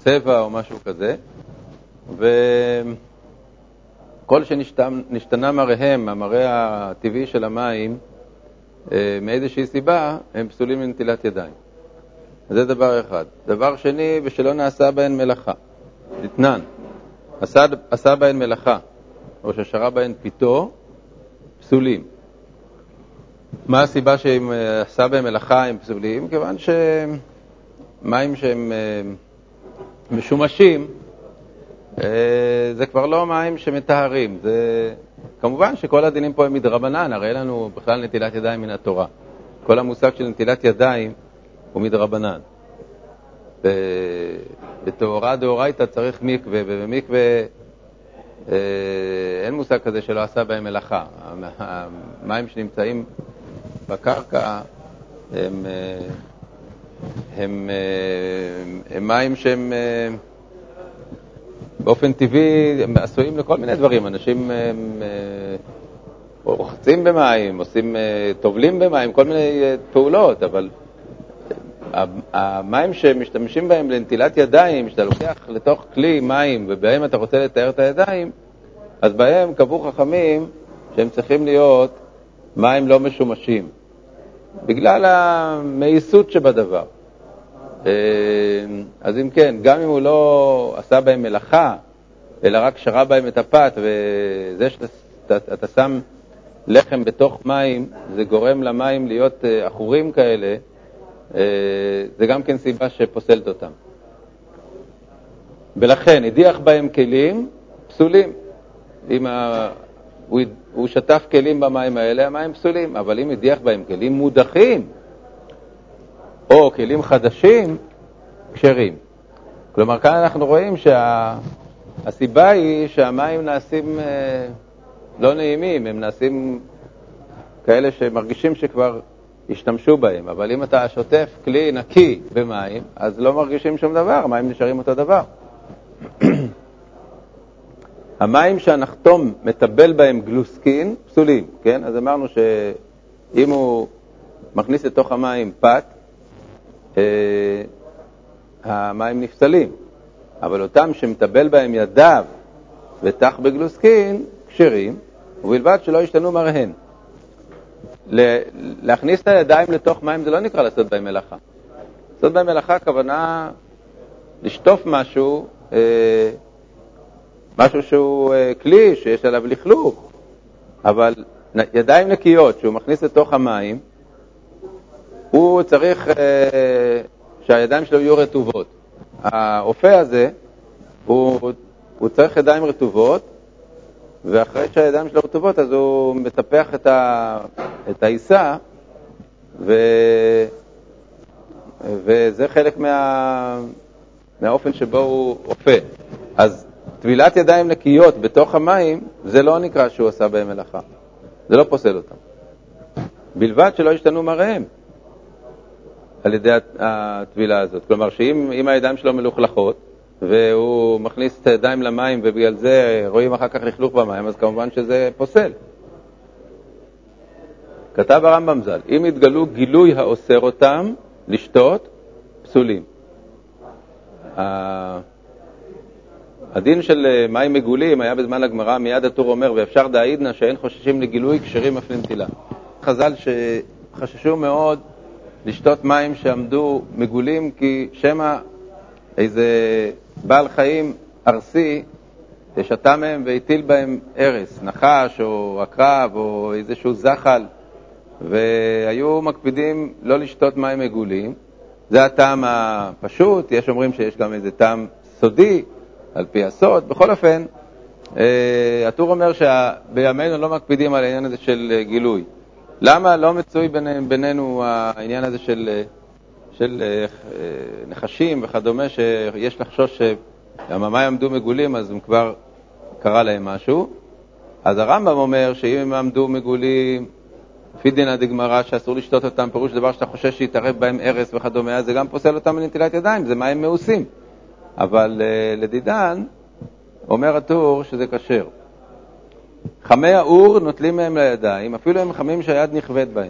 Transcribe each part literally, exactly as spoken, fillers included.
צבע או משהו כזה, וכל שנשתנה מראיהם, המראה הטבעי של המים, מאיזושהי סיבה, הם פסולים לנטילת ידיים. זה דבר אחד. דבר שני, ושלא נעשה בהן מלאכה. דתנן, עשה, עשה בהן מלאכה, או ששרה בהן פיתו, פסולים. מה הסיבה שהם עשה בהן מלאכה הם פסולים? כיוון שמים שהם משומשים, זה כבר לא מים שמטהרים. זה... כמובן שכל הדינים פה הם מדרבנן, הרי לנו בכלל נטילת ידיים מן התורה. כל המושג של נטילת ידיים הוא מדרבנן. בתורה דאורייתא צריך מקווה, ובמקווה אין מושג כזה שלא עשה בהם מלאכה. המים שנמצאים בקרקע הם, הם, הם מים שהם באופן טבעי הם עשויים לכל מיני דברים. אנשים הם, רוחצים במים, עושים, טובלים במים, כל מיני פעולות, אבל המים שמשתמשים בהם לנטילת ידיים, שאתה לוקח לתוך כלי מים ובהם אתה רוצה לתאר את הידיים, אז בהם קבעו חכמים שהם צריכים להיות מים לא משומשים, בגלל המייסות שבדבר. אז אם כן, גם אם הוא לא עשה בהם מלאכה, אלא רק שרה בהם את הפת, וזה שאתה שם לחם בתוך מים, זה גורם למים להיות אחורים כאלה, זה גם כן סיבה שפוסלת אותם. ולכן, הדיח בהם כלים פסולים. אם ה... הוא, הוא שטף כלים במים האלה, המים פסולים. אבל אם הדיח בהם כלים מודחים, או כלים חדשים, כשרים. כלומר, כאן אנחנו רואים שהסיבה שה... היא שהמים נעשים לא נעימים, הם נעשים כאלה שמרגישים שכבר השתמשו בהם, אבל אם אתה שוטף כלי נקי במים, אז לא מרגישים שום דבר, המים נשארים אותו דבר. המים שהנחתום מטבל בהם גלוסקין, פסולים, כן? אז אמרנו שאם הוא מכניס לתוך המים פת, אה, המים נפסלים, אבל אותם שמטבל בהם ידיו ותח בגלוסקין, כשרים, ובלבד שלא ישתנו מראיהן. להכניס את הידיים לתוך מים זה לא נקרא לעשות בהם מלאכה. לעשות בהם מלאכה הכוונה לשטוף משהו, אה, משהו שהוא אה, כלי שיש עליו לכלוך, אבל ידיים נקיות שהוא מכניס לתוך המים, הוא צריך אה, שהידיים שלו יהיו רטובות. האופה הזה, הוא, הוא צריך ידיים רטובות, ואחרי שהידיים שלו רטובות, אז הוא מטפח את, ה, את העיסה, ו, וזה חלק מה, מהאופן שבו הוא אופה. אז טבילת ידיים נקיות בתוך המים, זה לא נקרא שהוא עשה בהם מלאכה. זה לא פוסל אותם. בלבד שלא ישתנו מראיהם על ידי הטבילה הזאת. כלומר, שאם הידיים שלו מלוכלכות, והוא מכניס את הידיים למים ובגלל זה רואים אחר כך לכלוך במים, אז כמובן שזה פוסל. כתב הרמב"ם ז"ל, אם יתגלו גילוי האוסר אותם לשתות, פסולים. הדין של מים מגולים היה בזמן הגמרא, מיד הטור אומר, ואפשר דעידנא שאין חוששים לגילוי כשרים אף לנטילה. חז"ל שחששו מאוד לשתות מים שעמדו מגולים, כי שמא איזה בעל חיים ארסי שתה מהם והטיל בהם ארס, נחש או עקרב או איזשהו זחל, והיו מקפידים לא לשתות מים מגולים. זה הטעם הפשוט, יש אומרים שיש גם איזה טעם סודי על פי הסוד. בכל אופן, הטור אומר שבימינו לא מקפידים על העניין הזה של גילוי. למה לא מצוי בינינו, בינינו העניין הזה של של נחשים וכדומה, שיש לחשוש שהמים עמדו מגולים, אז הם כבר קרה להם משהו. אז הרמב"ם אומר שאם הם עמדו מגולים, לפי דינא דגמרא שאסור לשתות אותם, פירוש דבר שאתה חושש שיתערב בהם ארס וכדומה, אז זה גם פוסל אותם מנטילת ידיים, זה מים מאוסים. אבל לדידן אומר הטור שזה כשר. חמי האור נוטלים מהם לידיים, אפילו הם חמים שהיד נכבד בהם.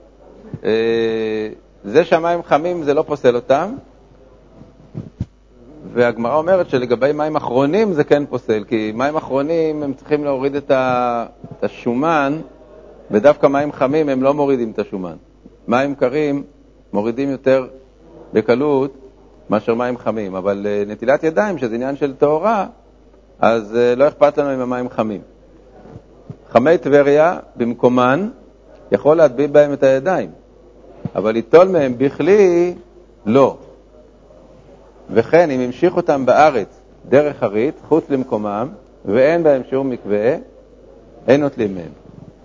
זה שהמים חמים זה לא פוסל אותם, והגמרא אומרת שלגבי מים אחרונים זה כן פוסל, כי מים אחרונים הם צריכים להוריד את השומן, ודווקא מים חמים הם לא מורידים את השומן. מים קרים מורידים יותר בקלות מאשר מים חמים, אבל נטילת ידיים, שזה עניין של טהרה, אז לא אכפת לנו עם המים חמים. חמי טבריה במקומן יכול להטביל בהם את הידיים, אבל ליטול מהם בכלי לא. וכן, אם המשיך אותם בארץ דרך חרית, חוץ למקומם, ואין בהם שום מקווה, אין נוטלים מהם.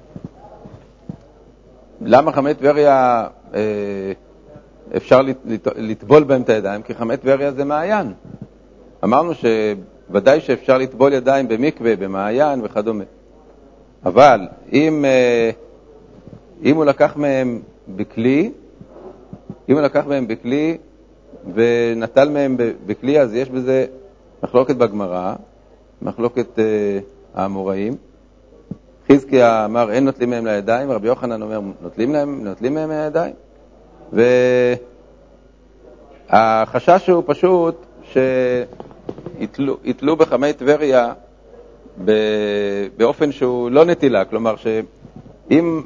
למה חמי טבריה אה, אפשר לטבול בהם את הידיים? כי חמי טבריה זה מעיין. אמרנו שוודאי שאפשר לטבול ידיים במקווה, במעיין וכדומה. אבל אם, אה, אם הוא לקח מהם בכלי, אם הוא לקח מהם בכלי ונטל מהם בכלי, אז יש בזה מחלוקת בגמרא, מחלוקת אה, האמוראים. חזקיה אמר אין נוטלים מהם לידיים, רבי יוחנן אומר נוטלים, להם, נוטלים מהם לידיים. והחשש הוא פשוט שיתלו בחמי טבריה באופן שהוא לא נטילה, כלומר שאם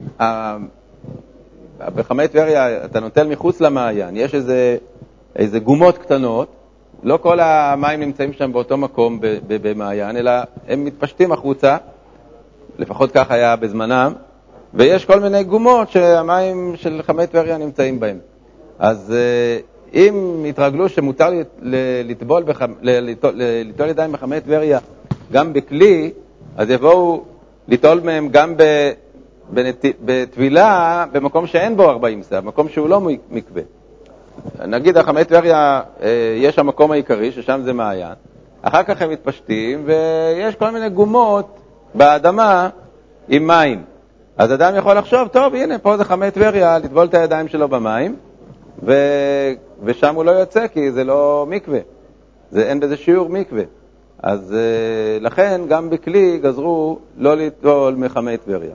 בחמי טבריה אתה נוטל מחוץ למעיין, יש איזה, איזה גומות קטנות, לא כל המים נמצאים שם באותו מקום במעיין, אלא הם מתפשטים החוצה, לפחות כך היה בזמנם, ויש כל מיני גומות שהמים של חמי טבריה נמצאים בהם. אז אם התרגלו שמותר לטבול, ליטול ידיים בחמי טבריה גם בכלי, אז יבואו ליטול מהם גם בטבילה במקום שאין בו ארבעים סע, מקום שהוא לא מקווה. נגיד החמי טבריה יש המקום העיקרי ששם זה מעיין, אחר כך הם מתפשטים ויש כל מיני גומות באדמה עם מים. אז אדם יכול לחשוב, טוב, הנה, פה זה חמי טבריה, לטבול את הידיים שלו במים, ו... ושם הוא לא יוצא, כי זה לא מקווה. זה, אין בזה שיעור מקווה. אז uh, לכן גם בכלי גזרו לא לטבול מחמי טבריה.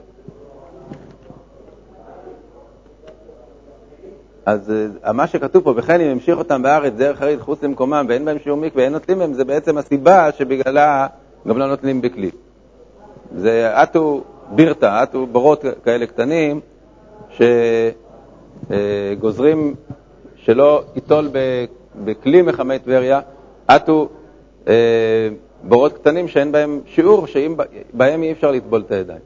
אז uh, מה שכתוב פה, וכן אם המשיך אותם בארץ דרך חרית חוץ למקומם, ואין בהם שיעור מקווה, אין נוטלים מהם, זה בעצם הסיבה שבגללה גם לא נוטלים בכלי. זה עטו בירתה, עטו בורות כאלה קטנים, שגוזרים שלא ייטול בכלי מחמי טבריה, עטו בורות קטנים שאין בהם שיעור, שבהם אי אפשר לטבול את הידיים.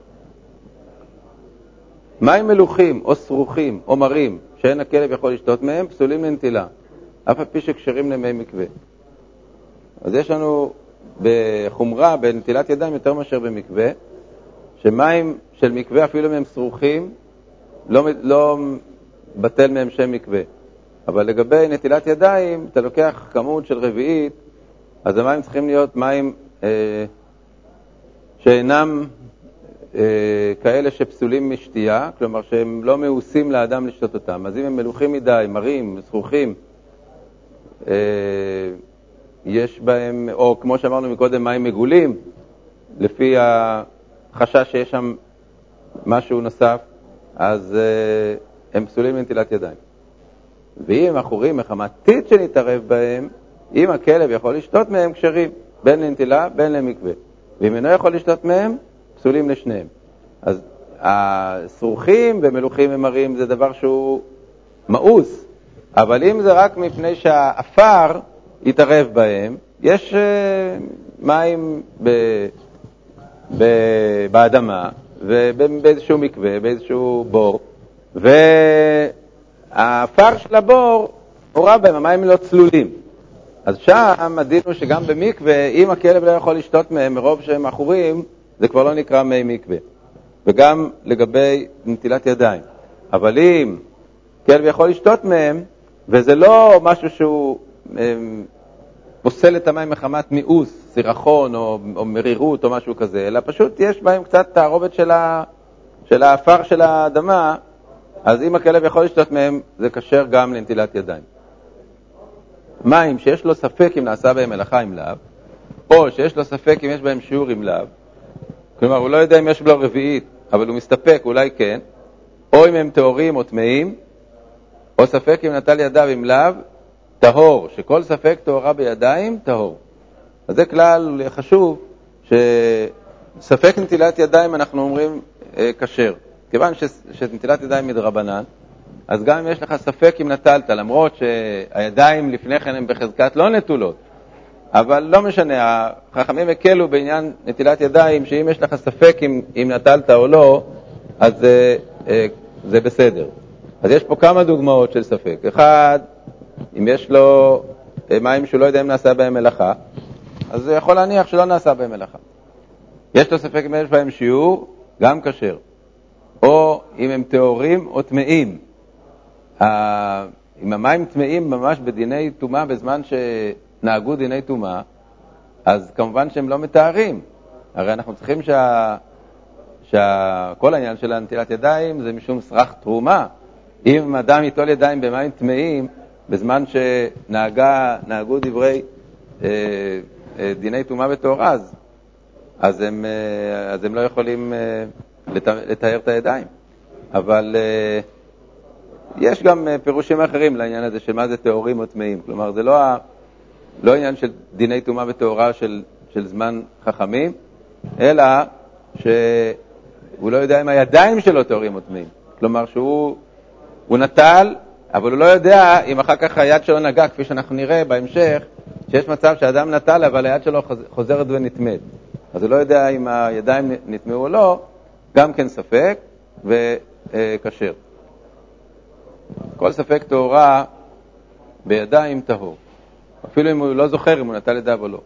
מים מלוכים או סרוכים או מרים, שאין הכלב יכול לשתות מהם, פסולים לנטילה, אף על פי שקשרים למי מקווה. אז יש לנו בחומרה, בנטילת ידיים יותר מאשר במקווה, שמים של מקווה, אפילו מהם סרוכים, לא, לא בטל מהם שם מקווה. אבל לגבי נטילת ידיים, אתה לוקח כמות של רביעית, אז המים צריכים להיות מים אה, שאינם אה, כאלה שפסולים משתייה, כלומר שהם לא מאוסים לאדם לשתות אותם. אז אם הם מלוכים מדי, מרים, סרוכים, אה, יש בהם, או כמו שאמרנו מקודם, מים מגולים, לפי החשש שיש שם משהו נוסף, אז uh, הם פסולים לנטילת ידיים. ואם החורים מחמתית שנתערב בהם, אם הכלב יכול לשתות מהם כשרים, בין לנטילה, בין למקווה. ואם אינו יכול לשתות מהם, פסולים לשניהם. אז הסרוכים ומלוכים ומרים זה דבר שהוא מאוס, אבל אם זה רק מפני שהאפר יתערב בהם, יש uh, מים ב, ב, באדמה ובאיזשהו מקווה, באיזשהו בור, והאפר של הבור הורע בהם, המים לא צלולים. אז שם הדין הוא שגם במקווה, אם הכלב לא יכול לשתות מהם מרוב שהם אחורים, זה כבר לא נקרא מי מקווה. וגם לגבי נטילת ידיים. אבל אם כלב יכול לשתות מהם, וזה לא משהו שהוא פוסל את המים מחמת מיאוס, סירחון או, או מרירות או משהו כזה, אלא פשוט יש בהם קצת תערובת של, ה, של האפר של האדמה, אז אם הכלב יכול לשתות מהם, זה כשר גם לנטילת ידיים. מים שיש לו ספק אם נעשה בהם מלאכה עם לאו, או שיש לו ספק אם יש בהם שיעור עם לאו, כלומר הוא לא יודע אם יש בו רביעית, אבל הוא מסתפק, אולי כן, או אם הם טהורים או טמאים, או ספק אם נטל ידיו עם לאו, טהור, שכל ספק טהורה בידיים, טהור. אז זה כלל חשוב, שספק נטילת ידיים אנחנו אומרים אה, כשר. כיוון ש, שנטילת ידיים מדרבנן, אז גם אם יש לך ספק אם נטלת, למרות שהידיים לפני כן הן בחזקת לא נטולות, אבל לא משנה, החכמים הקלו בעניין נטילת ידיים, שאם יש לך ספק אם, אם נטלת או לא, אז זה, אה, זה בסדר. אז יש פה כמה דוגמאות של ספק. אחד, אם יש לו מים שהוא לא יודע אם נעשה בהם מלאכה, אז זה יכול להניח שלא נעשה בהם מלאכה. יש לו ספק אם יש בהם שיעור, גם כשר. או אם הם טהורים או טמאים. אם המים טמאים ממש בדיני טומאה, בזמן שנהגו דיני טומאה, אז כמובן שהם לא מתארים. הרי אנחנו צריכים שה... שכל העניין של נטילת ידיים זה משום סרח תרומה. אם אדם יטול ידיים במים טמאים, בזמן שנהגו דברי אה, אה, דיני טומאה וטהרה, אז, אז, הם, אה, אז הם לא יכולים אה, לת, לתאר את הידיים. אבל אה, יש גם אה, פירושים אחרים לעניין הזה של מה זה טהורים או טמאים. כלומר, זה לא, ה, לא עניין של דיני טומאה וטהרה של, של זמן חכמים, אלא שהוא לא יודע אם הידיים שלו טהורים או טמאים. כלומר, שהוא הוא נטל, אבל הוא לא יודע אם אחר כך היד שלו נגע, כפי שאנחנו נראה בהמשך, שיש מצב שהאדם נטל, אבל היד שלו חוזרת ונתמד. אז הוא לא יודע אם הידיים נתמדו או לא, גם כן ספק וכשר. כל ספק טהורה בידיים טהור. אפילו אם הוא לא זוכר אם הוא נטל ידיו או לא.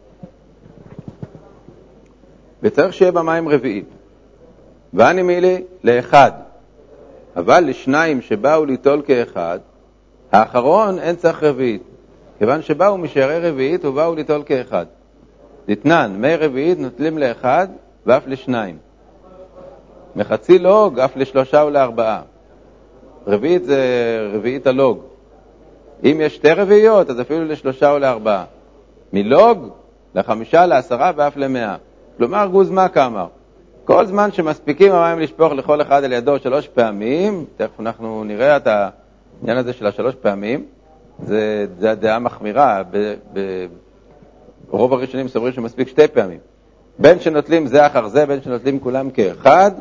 וצריך שיהיה במים רביעית. ואני מילי לאחד. אבל לשניים שבאו ליטול כאחד, האחרון אין צריך רביעית. כיוון שבאו משערי רביעית ובאו ליטול כאחד. דתנן, מי רביעית נוטלים לאחד ואף לשניים. מחצי לוג אף לשלושה ולארבעה. רביעית זה רביעית הלוג. אם יש שתי רביעיות, אז אפילו לשלושה ולארבעה. מלוג לחמישה, לעשרה ואף למאה. כלומר, גוזמה כמה. כל זמן שמספיקים המים לשפוך לכל אחד על ידו שלוש פעמים, תכף אנחנו נראה את העניין הזה של השלוש פעמים, זה, זה הדעה מחמירה, ב, ב, רוב הראשונים סוברים שמספיק שתי פעמים. בין שנוטלים זה אחר זה, בין שנוטלים כולם כאחד,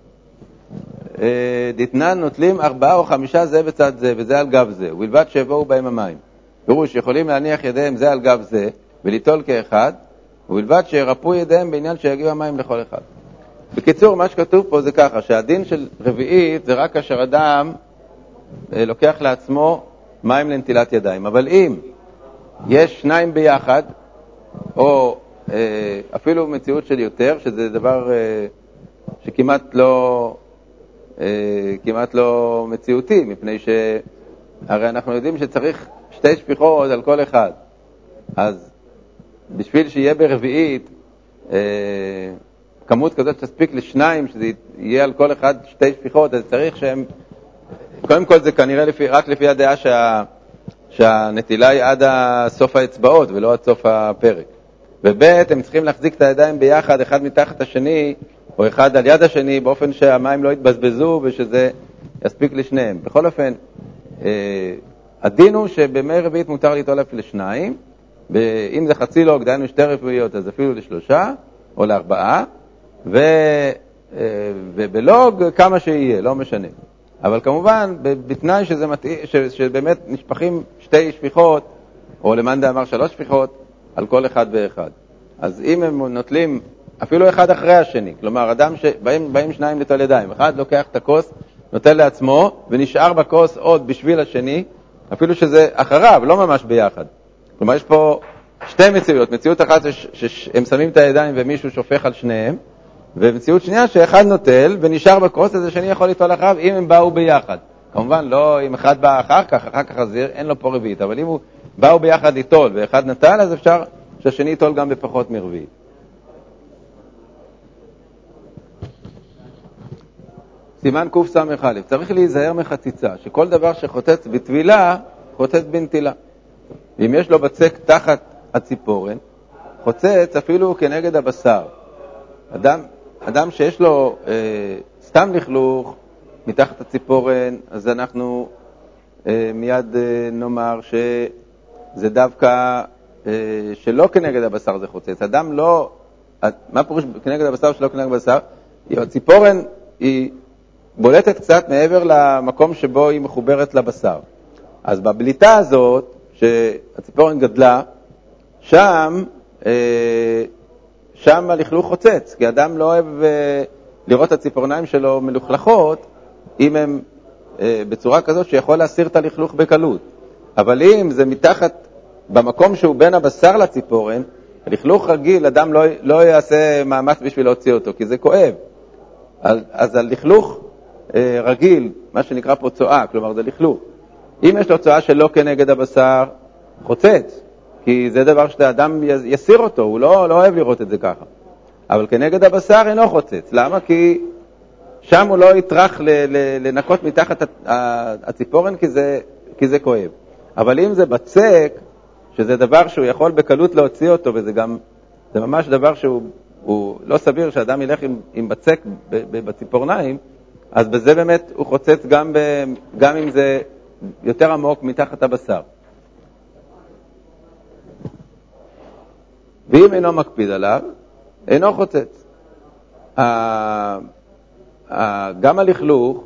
דתנן נוטלים ארבעה או חמישה זה בצד זה, וזה על גב זה, ובלבד שיבואו בהם המים. פירוש, יכולים להניח ידיהם זה על גב זה, וליטול כאחד, ובלבד שירפו ידיהם בעניין שיגיעו המים לכל אחד. בקיצור, מה שכתוב פה זה ככה, שהדין של רביעית זה רק כאשר אדם לוקח לעצמו מים לנטילת ידיים. אבל אם יש שניים ביחד, או אפילו מציאות של יותר, שזה דבר שכמעט לא, כמעט לא מציאותי, מפני שהרי אנחנו יודעים שצריך שתי שפיכות על כל אחד. אז בשביל שיהיה ברביעית, כמות כזאת תספיק לשניים, שזה יהיה על כל אחד שתי שפיכות, אז צריך שהם, קודם כל זה כנראה לפי, רק לפי הדעה שה, שהנטילה היא עד סוף האצבעות ולא עד סוף הפרק. ובית, הם צריכים להחזיק את הידיים ביחד, אחד מתחת השני, או אחד על יד השני, באופן שהמים לא יתבזבזו ושזה יספיק לשניהם. בכל אופן, אה, הדין הוא שבמי רביעית מותר ליטול אפילו לשניים, ואם זה חצי לוג, דיינו שתי רביעיות, אז אפילו לשלושה או לארבעה, ו, אה, ובלוג כמה שיהיה, לא משנה. אבל כמובן, בתנאי שזה מתאים, שבאמת נשפכים שתי שפיכות, או למאן דאמר שלוש שפיכות, על כל אחד ואחד. אז אם הם נוטלים אפילו אחד אחרי השני, כלומר, אדם שבאים באים שניים ליטול ידיים, אחד לוקח את הכוס, נוטל לעצמו, ונשאר בכוס עוד בשביל השני, אפילו שזה אחריו, לא ממש ביחד. כלומר, יש פה שתי מציאויות. מציאות אחת זה שהם שמים את הידיים ומישהו שופך על שניהם, ומציאות שנייה שאחד נוטל ונשאר בכוס, אז השני יכול ליטול אחריו אם הם באו ביחד. כמובן, לא אם אחד בא אחר כך, אחר כך אז אין לו פה רביעית, אבל אם הוא באו ביחד ליטול ואחד נטל, אז אפשר שהשני ייטול גם בפחות מרביעית. סימן קס"א, צריך להיזהר מחציצה, שכל דבר שחוצץ בטבילה, חוצץ בנטילה. ואם יש לו בצק תחת הציפורן, חוצץ אפילו כנגד הבשר. אדם, אדם שיש לו אה, סתם לכלוך מתחת הציפורן, אז אנחנו אה, מיד אה, נאמר זה דווקא אה, שלא כנגד הבשר זה חוצץ. אדם לא, מה פירוש כנגד הבשר שלא כנגד הבשר? הציפורן היא בולטת קצת מעבר למקום שבו היא מחוברת לבשר. אז בבליטה הזאת, שהציפורן גדלה, שם, אה, שם הלכלוך חוצץ, כי אדם לא אוהב אה, לראות את הציפורניים שלו מלוכלכות, אם הם אה, בצורה כזאת שיכול להסיר את הלכלוך בקלות. אבל אם זה מתחת, במקום שהוא בין הבשר לציפורן, הלכלוך רגיל, אדם לא, לא יעשה מאמץ בשביל להוציא אותו, כי זה כואב. אז, אז הלכלוך אה, רגיל, מה שנקרא פה צואה, כלומר זה לכלוך. אם יש לו צואה שלא כנגד הבשר, חוצץ, כי זה דבר שהאדם יסיר אותו, הוא לא, לא אוהב לראות את זה ככה. אבל כנגד הבשר אינו חוצץ. למה? כי שם הוא לא יטרח ל, ל, לנקות מתחת הציפורן, כי זה, כי זה כואב. אבל אם זה בצק, שזה דבר שהוא יכול בקלות להוציא אותו, וזה גם, זה ממש דבר שהוא הוא לא סביר שאדם ילך עם, עם בצק ב, ב, בציפורניים, אז בזה באמת הוא חוצץ גם, ב, גם אם זה יותר עמוק מתחת הבשר. ואם אינו מקפיד עליו, אינו חוצץ. גם הלכלוך,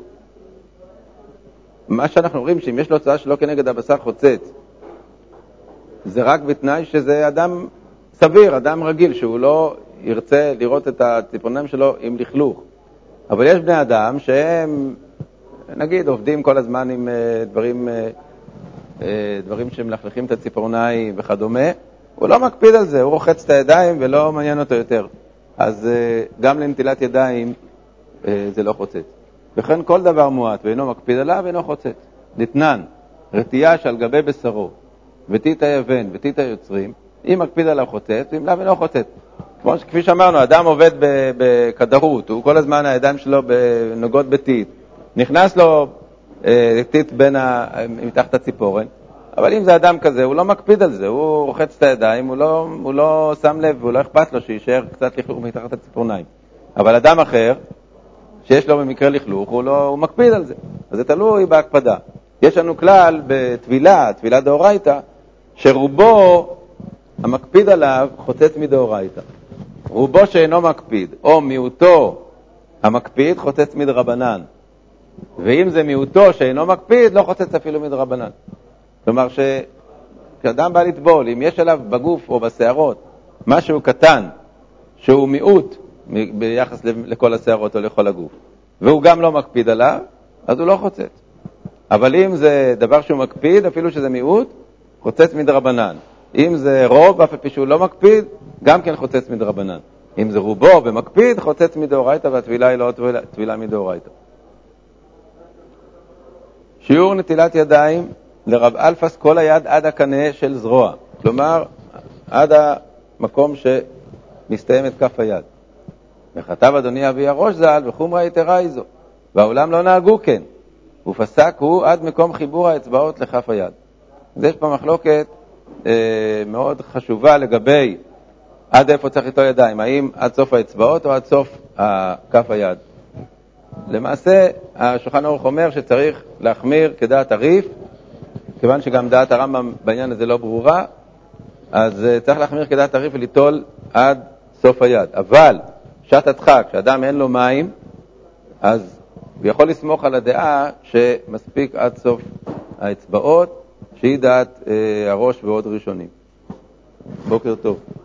מה שאנחנו אומרים שאם יש לו צואה שלא כנגד הבשר חוצץ, זה רק בתנאי שזה אדם סביר, אדם רגיל, שהוא לא ירצה לראות את הציפורניים שלו עם לכלוך. אבל יש בני אדם שהם, נגיד, עובדים כל הזמן עם דברים, דברים שמלכלכים את הציפורניים וכדומה, הוא לא מקפיד על זה, הוא רוחץ את הידיים ולא מעניין אותו יותר. אז גם לנטילת ידיים זה לא חוצץ. וכן כל דבר מועט ואינו מקפיד עליו אינו חוצץ. דתנן, רטייה שעל גבי בשרו, ותית היבן ותית היוצרים, אם מקפיד עליו חוצץ, ואם לאו אינו חוצץ. כמו שכפי שאמרנו, אדם עובד בכדרות, הוא כל הזמן הידיים שלו נוגעות בתית. נכנס לו תית בין מתחת הציפורן, אבל אם זה אדם כזה, הוא לא מקפיד על זה, הוא רוחץ את הידיים, הוא לא, הוא לא שם לב, והוא לא אכפת לו שישאר קצת לכלוך מתחת הציפורניים. אבל אדם אחר, שיש לו במקרה לכלוך, הוא, לא, הוא מקפיד על זה. אז זה תלוי בהקפדה. יש לנו כלל בתבילה, תבילה דאורייתא, שרובו המקפיד עליו חוצץ מדאורייתא. רובו שאינו מקפיד, או מיעוטו המקפיד, חוצץ מדרבנן. ואם זה מיעוטו שאינו מקפיד, לא חוצץ אפילו מדרבנן. כלומר שכאדם בא לטבול, אם יש עליו בגוף או בשערות משהו קטן, שהוא מיעוט ביחס לכל השערות או לכל הגוף, והוא גם לא מקפיד עליו, אז הוא לא חוצץ. אבל אם זה דבר שהוא מקפיד, אפילו שזה מיעוט, חוצץ מדרבנן. אם זה רוב, אף פי שהוא לא מקפיד, גם כן חוצץ מדרבנן. אם זה רובו ומקפיד, חוצץ מדאורייתא, והטבילה היא לא טבילה מדאורייתא. שיעור נטילת ידיים לרב אלפס כל היד עד הקנה של זרוע. כלומר, עד המקום שמסתיים את כף היד. וכתב אדוני אבי הראש ז"ל, וחומרה יתרה איזו. והעולם לא נהגו כן. ופסק הוא עד מקום חיבור האצבעות לכף היד. אז יש פה מחלוקת אה, מאוד חשובה לגבי עד איפה צריך איתו ידיים. האם עד סוף האצבעות או עד סוף כף היד. למעשה, השולחן ערוך אומר שצריך להחמיר כדעת הריף, כיוון שגם דעת הרמב"ם בעניין הזה לא ברורה, אז צריך להחמיר כדעת הריף וליטול עד סוף היד. אבל שעת הדחק, כשאדם אין לו מים, אז הוא יכול לסמוך על הדעה שמספיק עד סוף האצבעות, שהיא דעת אה, הראש ועוד ראשונים. בוקר טוב.